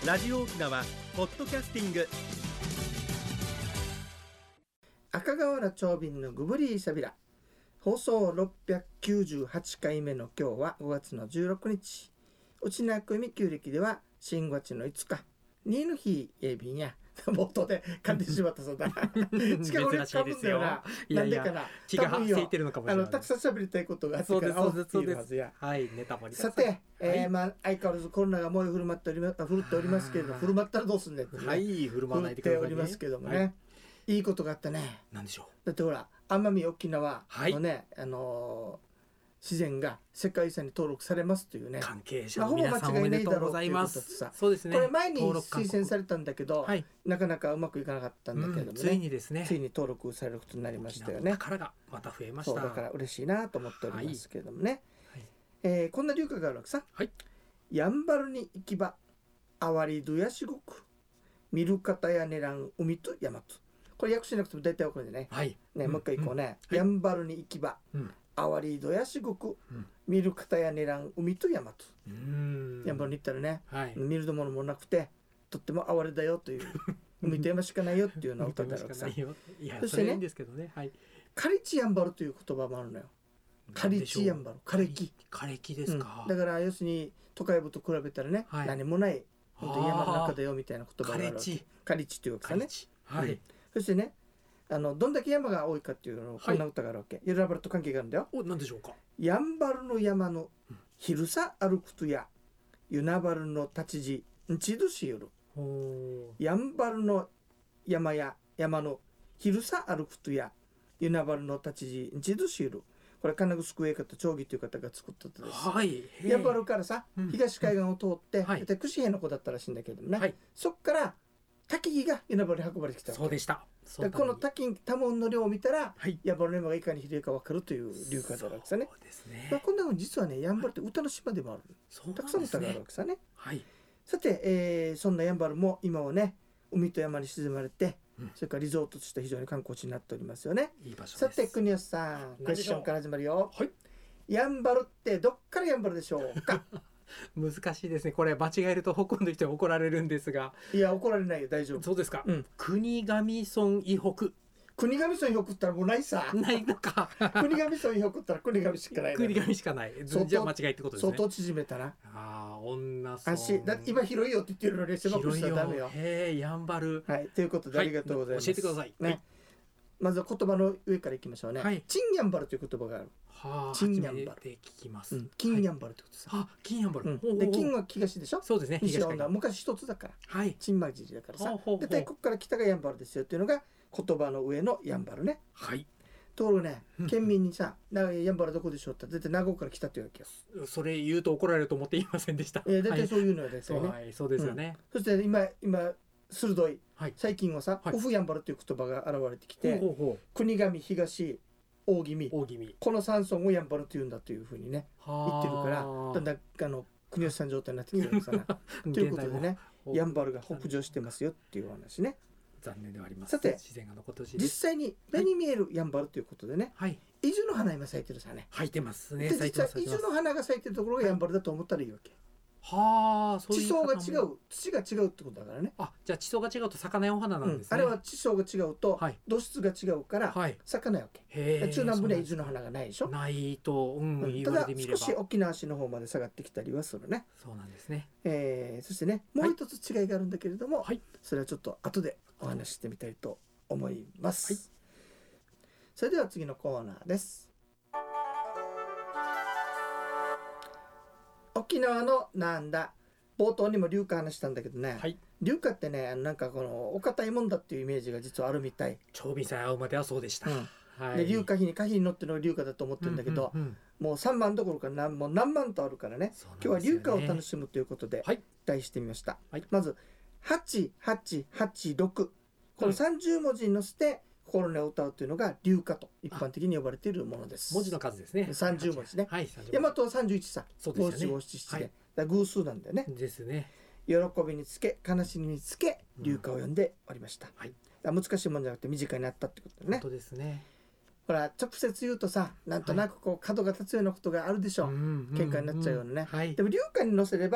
ラジオ沖縄ポッドキャスティング。 赤瓦長瓶のグブリーサビラ、放送698回目の今日は5月の16日、うちなくみ旧暦では新月の5日、ニーの日エビンや冒頭で噛んでしまったそうだな近頃噛むんだよな。なんでかな、 気がついてるのかもしれない。 たくさん喋りたいことがあってからそうですっていうはずや。 はい、ネタ盛りさて、相変わらずコロナが猛威振る舞っておりますけれども、振る舞ったらどうすんねんってね、 はい振る舞わないでくださいね。 振っておりますけどもね、いいことがあったね。 なんでしょう。 だってほら、奄美沖縄のね、自然が世界遺産に登録されますというね、 関係者の皆さんおめでとうございます。そうですね。 これ前に推薦されたんだけど、なかなかうまくいかなかったんだけどもね、 ついにですね、 ついに登録されることになりましたよね。 宝がまた増えました。 そうだから嬉しいなと思っておりますけれどもね、こんな流歌があるわけさ。やんばるに行きばあわりどやしごく見る方やねらん海と山と。これ訳しなくても大体わかるんでね。もう一回行こうね。やんばるに行きばあわりどやしごく見る方やねらん海と山と。やんばるに行ったらね、見るものもなくてとっても哀れだよという海と山しかないよっていうのを歌ってあるわけさ。そしてね、カリチやんばるという言葉もあるのよ。カリチやんばる、枯れ木。 枯れ木ですか。 だから要するに都会部と比べたらね、何もない本当に山の中だよみたいな言葉があるわけ。カリチっていうわけさね。そしてね、どんだけ山が多いかっていうのをこんな歌があるわけ。ゆらばると関係があるんだよ。 何でしょうか。 やんばるの山の昼さ歩くとや、ゆなばるの立ち地んちどしよる。やんばるの山や山の昼さ歩くとや、ゆなばるの立ち地んちどしよる。これ金具すくえ方長義という方が作った歌です。やんばるからさ、東海岸を通って、串平の子だったらしいんだけどもね、そっから滝木が与那原に運ばれてきた。 そうでした。 この多聞の量を見たら、やんばるの山がいかに広いか分かるという流歌だわけさね。こんなふうに実はね、やんばるって歌の島でもある。たくさん歌があるわけさね。さて、そんなやんばるも今はね、海と山に沈まれて、それからリゾートとして非常に観光地になっておりますよね。さて国吉さん、クエスチョンから始まるよ。やんばるってどっからやんばるでしょうか。 難しいですね。これ間違えるとほとんどの人に怒られるんですが。 いや怒られないよ、大丈夫。 そうですか。国頭村以北。 国頭村以北ったらもうないさ。 ないのか。 国頭村以北ったら国頭しかない。 国頭しかない。じゃあ間違いってことですね。 相当縮めたな。 女村。だ今広いよって言ってるのに狭くしたらダメよ。 やんばる。 ということでありがとうございます。 教えてください。 まずは言葉の上からいきましょうね。チンやんばるという言葉がある。 チンやんばる。聞きます。 金やんばるってことさ。 金やんばる。 で金は東でしょ。 そうですね。 西は昔一つだから。チンマジだからさ。でここから北がやんばるですよっていうのが言葉の上のやんばるね。ところね、県民にさ、やんばるどこでしょうって絶対名護から来たっていうわけよ。 それ言うと怒られると思って言いませんでした。 大体そういうのよね。 そうですよね。 そして今鋭い。最近はさ、オフやんばるっていう言葉が現れてきて、国頭、東、大宜味、この3村をやんばるって言うんだというふうにね言ってるから、だんだん国吉さん状態になってきてるんですかな。ということでね、やんばるが北上してますよっていう話ね。 残念ではあります。 さて実際に目に見えるやんばるということでね、伊豆の花今咲いてるさね。 咲いてますね。 実は伊豆の花が咲いてるところがやんばるだと思ったらいいわけ。地層が違う、土が違うってことだからね。 じゃあ地層が違うと咲かないお花なんですね。 あれは地層が違うと土質が違うから咲かないわけ。中南部には伊豆の花がないでしょ。 ないとただ少し沖縄市の方まで下がってきたりはするね。 そうなんですね。 そしてね、もう一つ違いがあるんだけれども、それはちょっと後でお話ししてみたいと思います。それでは次のコーナーです。沖縄のなんだ、冒頭にも流歌話したんだけどね、流歌ってね、なんかこのお堅いもんだっていうイメージが実はあるみたい。 長瓶さん会うまではそうでした。 で流歌碑に歌碑に載ってるのが流歌だと思ってるんだけど、もう3万どころかもう何万とあるからね。今日は流歌を楽しむということで題してみました。まず8886、この30文字に乗せて心根を歌うというのが流歌と一般的に呼ばれているものです。 文字の数ですね。 30文字ね。大和は31さ。 そうですよね。 5、7、7で。だ偶数なんだよね。 ですね。 喜びにつけ悲しみにつけ流歌を読んでおりました。難しいもんじゃなくて身近になったってことね。 本当ですね。 ほら直接言うとさ、なんとなくこう角が立つようなことがあるでしょ。喧嘩になっちゃうようなね。でも流歌に乗せれば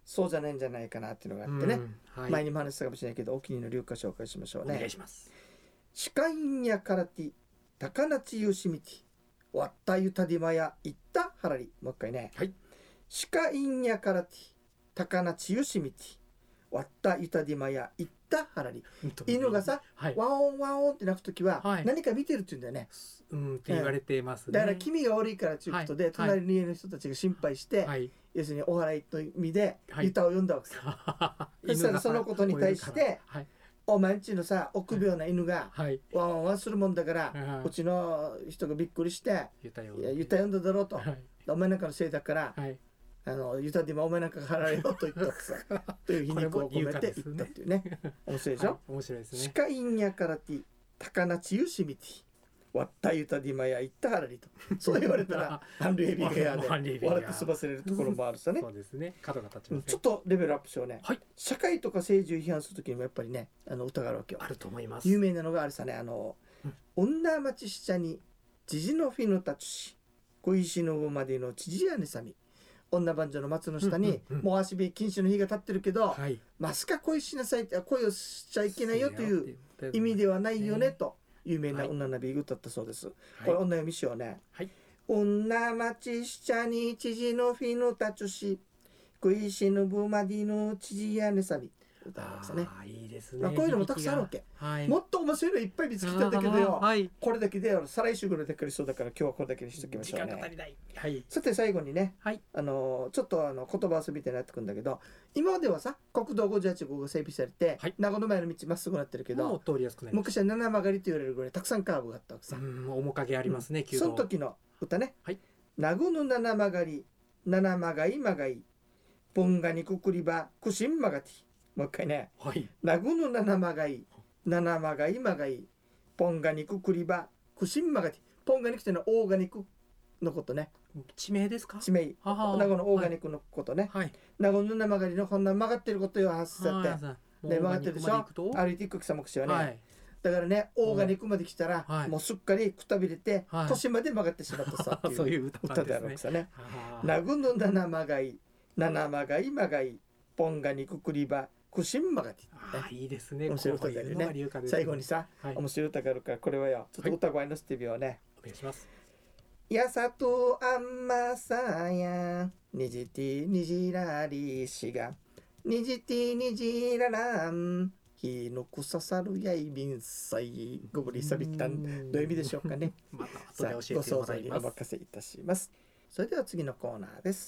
そうじゃないんじゃないかなっていうのがあってね、 はい、 前にも話したかもしれないけどお気に入りの流歌紹介しましょうね。 お願いします。 シカインヤカラティ高菜チユシミティワッタユタディマヤイッタハラリ。もう一回ね、 はい、 シカインヤカラティ高菜チユシミティワッタユタディマヤイッタハラリ。犬がさ、 はい、 ワオンワオンって鳴くときは、 はい、 何か見てるって言うんだよね。 って言われてますね。 だから気味が悪いからということで、隣の家の人たちが心配して、要するにお祓いという意味でユタを呼んだわけさ。そしたらそのことに対して、お前んちのさ臆病な犬がワンワンワンするもんだから、うちの人がびっくりしてユタ呼んだだろうと、お前なんかのせいだから、ユタディマお前なんかが払えよと言ったわけさという皮肉を込めて言ったっていうね。面白いでしょ。 面白いですね。 シカインヤカラティ高菜チユシミティワッタユタディマヤイッタハラリと、そう言われたらハンルエビがやで笑って済ませれるところもあるさね。 そうですね。角が立ちますね。 ちょっとレベルアップしようね。社会とか政治を批判するときにもやっぱりね歌があるわけよ。 あると思います。 有名なのがあれさね、女町下にジジのフィノタチシ小石の上までの知事やねさみ、女番所の松の下にもう足火禁止の火が立ってるけど、まさか恋しなさいって恋をしちゃいけないよという意味ではないよねと有名な女ナビ歌ったそうです。これ女読みしようね。女町下に知事のフィノタチシ小石の上までの知事やねさみ歌いましたね。 いいですね。 こういうのもたくさんあるわけ。もっと面白いのいっぱい見つけたんだけどよ、これだけで再来週ぐらいでかりそうだから今日はこれだけにしときましょうね。さて最後にね、ちょっと言葉遊びみたいになってくるんだけど、今まではさ国道58号が整備されて、長野前の道まっすぐなってるけど、昔は七曲がりと言われるぐらいたくさんカーブがあったわけさ。 面影ありますね。 その時の歌ね、名護の七曲がり七曲がいまがいポンガにくくりばくしんまがて、もう一回ね、名護の七曲がい七曲がいまがいポンガにくくりばくしんまがて、ポンガニクっていうのはオーガニックのことね。 地名ですか。 地名。名護のオーガニックのことね。名護の七曲がりのこんな曲がってることよ発さってで曲がってるでしょ。歩いていく草もくしはね。だからね、オーガニックまで来たら、もうすっかりくたびれて、腰まで曲がってしまったさっていう歌であるわけさね。名護の七曲がい七曲がいまがいポンガにくくりばくしんまがて。 いいですね。 面白い歌だよね。最後にさ、面白い歌があるからこれはよ、ちょっと歌声のせてみようね。 お願いします。 やさとあんまさやにじてにじらりしがにじてにじららんひのくささるやいびんさいごぶりさびったん、どういう意味でしょうかね。 また後で教えてもらいます。ご想像にお任せいたします。それでは次のコーナーです。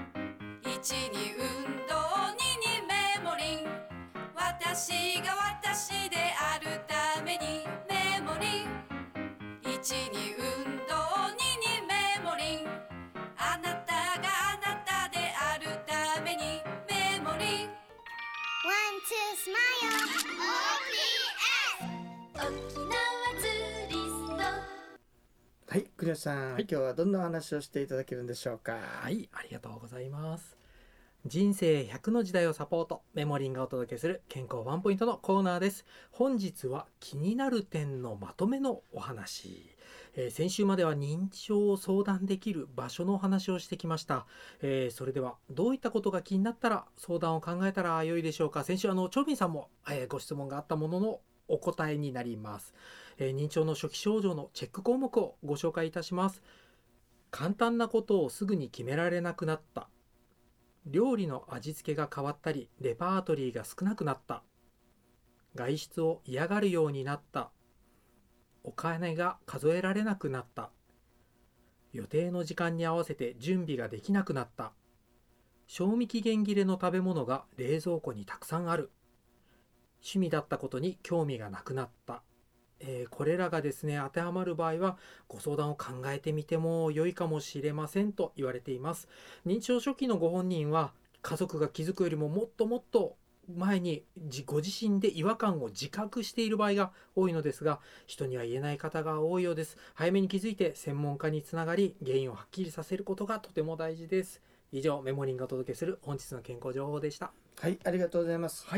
1に運動2にメモリン、私が私であるためにメモリン、1に運動2にメモリン、あなたがあなたであるためにメモリン。 One, two, smile OPS 沖縄ツーリスト。 はい、栗吉さん、今日はどんなお話をしていただけるんでしょうか。 ありがとうございます。人生100の時代をサポート、メモリンがお届けする健康ワンポイントのコーナーです。本日は気になる点のまとめのお話。先週までは認知症を相談できる場所のお話をしてきました。それではどういったことが気になったら相談を考えたら良いでしょうか。先週チョビンさんも、ご質問があったもののお答えになります。認知症の初期症状のチェック項目をご紹介いたします。簡単なことをすぐに決められなくなった。料理の味付けが変わったりレパートリーが少なくなった。外出を嫌がるようになった。お金が数えられなくなった。予定の時間に合わせて準備ができなくなった。賞味期限切れの食べ物が冷蔵庫にたくさんある。趣味だったことに興味がなくなった。これらがですね、当てはまる場合はご相談を考えてみても良いかもしれませんと言われています。認知症初期のご本人は家族が気づくよりももっともっと前にご自身で違和感を自覚している場合が多いのですが、人には言えない方が多いようです。早めに気づいて専門家につながり原因をはっきりさせることがとても大事です。以上、メモリンがお届けする本日の健康情報でした。 はい、ありがとうございます。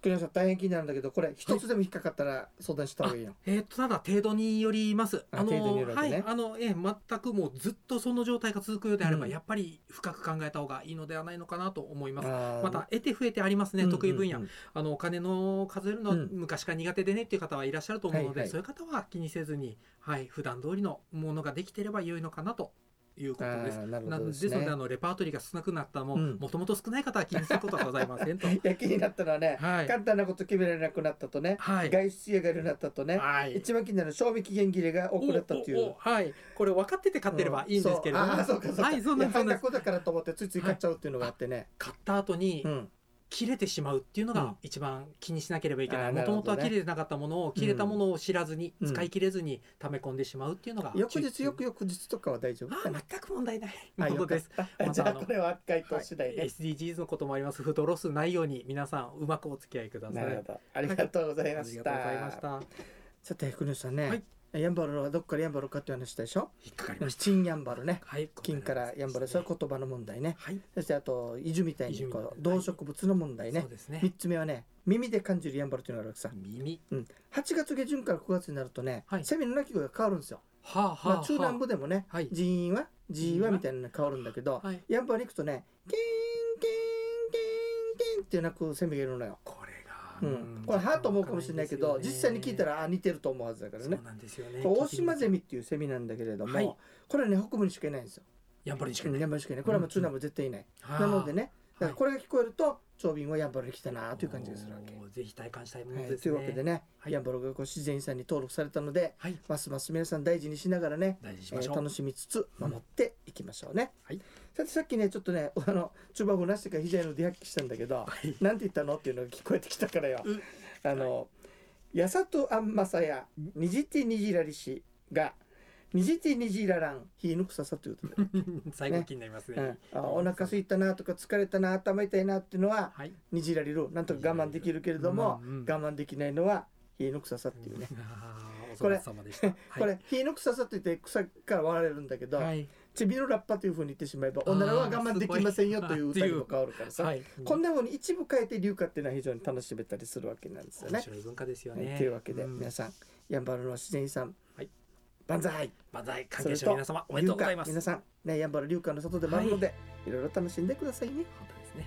国さん大変気になるんだけど、これ一つでも引っかかったら相談した方がいいよ。 ただ程度によります。 程度によるわけね。 全くもうずっとその状態が続くようであれば、 うんやっぱり深く考えた方がいいのではないのかなと思います。 あーまた得て増えてありますね、得意分野。 うんうんお金の数えるのはうん昔から苦手でねっていう方はいらっしゃると思うので、 はいはいそういう方は気にせずに、普段通りのものができていれば良いのかなということです。 なるほなどですね。 のでレパートリーが少なくなったもうんもともと少ない方は気にすることはございませんと。 いや気になったのはね、 はい簡単なこと決められなくなったとね、 はい外出嫌がりになったとね、 はい一番気になる賞味期限切れが多くなったっていう。 これ分かってて買ってればいいんですけれども、 そうかそうか。 はい、そうなんです。 半額だからと思ってついつい買っちゃうっていうのがあってね。 買った後にうん。 切れてしまうっていうのうんが一番気にしなければいけない。 あーもともとはなるほどね切れてなかったものを切れたものを知らずに、 うん使い切れずに溜め込んでしまうっていうのが翌日翌日とかは大丈夫かな。 全く問題ないあものです。 よかったじゃあこれは回答次第で。 SDGs のこともあります。フードロスないように皆さんうまくお付き合いください。 なるほど。ありがとうございましありがとうございまた。 した。 さて国吉さんね、 はいやんばるのはどっからやんばるかっていう話したでしょ。 引っかかりました。 チンやんばるね。 はい。 金からやんばる、それは言葉の問題ね。 はい。 そしてあと移住みたいにこ移住みたいなう動植物の問題ねそう。ですね。 3つ目はね、耳で感じるやんばるっていうのがあるわけさ。 耳。 8月下旬から9月になるとね、 はいセミの鳴き声が変わるんですよ。 はあはあはあ。 中南部でもね、 はい。 ジーンはジーはみたいなのが変わるんだけど、 はい。 やんばるに行くとね、ケーンケーンケーンケーンって鳴くセミがいるのよ。 これが。 これはと思うかもしれないけど、実際に聞いたらら似てると思うはずだからね。 そうなんですよね。 これオオシマゼミっていうセミなんだけれども、 はいこれはね北部にしかいないんですよ。 やんばるにしかない。 やんばるにしかいない。これはもう中南部絶対いない。 はあなのでね、だからはいこれが聞こえると長瓶はやんばるに来たなという感じがするわけ。 おーぜひ体感したいものはい、 ですね。 というわけでね、 はいやんばるがこう自然遺産に登録されたので、 はい。 ますます皆さん大事にしながらね、 大事にしましょう。 楽しみつつ守っていきましょうね。 はいさてさっきねちょっとね中盤をなしてから肘の出発揮したんだけど、 はいなんて言ったのっていうのが聞こえてきたからよ。 うんやさとあんまさやにじてにじらりしがにじてにじららんひぬくささということで、 最後気になりますね。 お腹空いたなとか疲れたな頭痛いなっていうのははい。 にじられるなんとか我慢できるけれども、 うんうん我慢できないのはひぬくささっていうね、 お粗末様でした。 これひぬくささといって草から割られるんだけど、 はい。 ちびのラッパというふうに言ってしまえばおならは我慢できませんよという歌にも変わるからさ、 はい。 こんなふうに一部変えて流歌っていうのは非常に楽しめたりするわけなんですよね。 面白い文化ですよはいね。 というわけで、 ん皆さんやんばるの自然遺産、 はい万歳。 万歳関係者の皆様おめでとうございます。 皆さんねやんばる流歌の里でもあるので、いろいろ楽しんでくださいね。 本当ですね。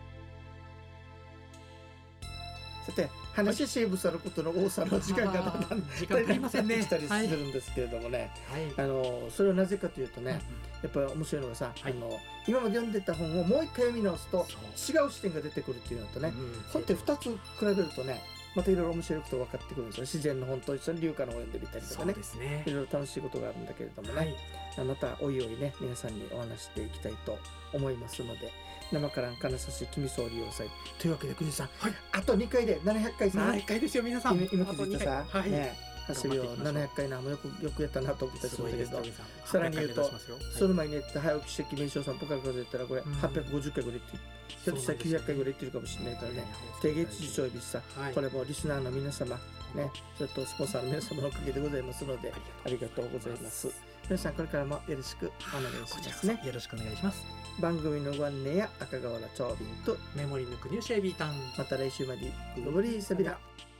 さて話しぶさることの多さの時間がだんだん時間足りませんね。 きたりすはい。 るんですけれどもね、 はい。 それはなぜかというとね、やっぱり面白いのがさ、 はい今まで読んでた本をもう一回読み直すとそう違う視点が出てくるっていうのとね、 うん本って2つ比べるとねまたいろいろ面白いことが分かってくるんですよ。自然の本と一緒に流歌の本を読んでみたりとそうかね、 ですねい。ろいろ楽しいことがあるんだけれどもね、 はい。 またおいおいね皆さんにお話していきたいと思いますので、生からん金指君総利用祭というわけで、国さん、 はいあと2回で700回さ、 7回ですよ皆さん。 今気づいたさ、 はい。 ね走りを700回なもよくやったなと思ったりするんだけど、さらに言うとそその前に早起きして名称さんポカル数えたらこれうん 850回ぐらいってひょっとしたら900回ぐらい言ってるかもしれないからね、定月次長日さ、 はいこれもリスナーの皆様ね、それとスポンサーの皆様のおかげでございますのでありがとうございます。皆さんこれからもよろしくお願いしこちらますね。 よろしくお願いします。 番組のご案内や赤瓦長瓶とメモリーの国吉エビタン。 また来週までご無理サビラ。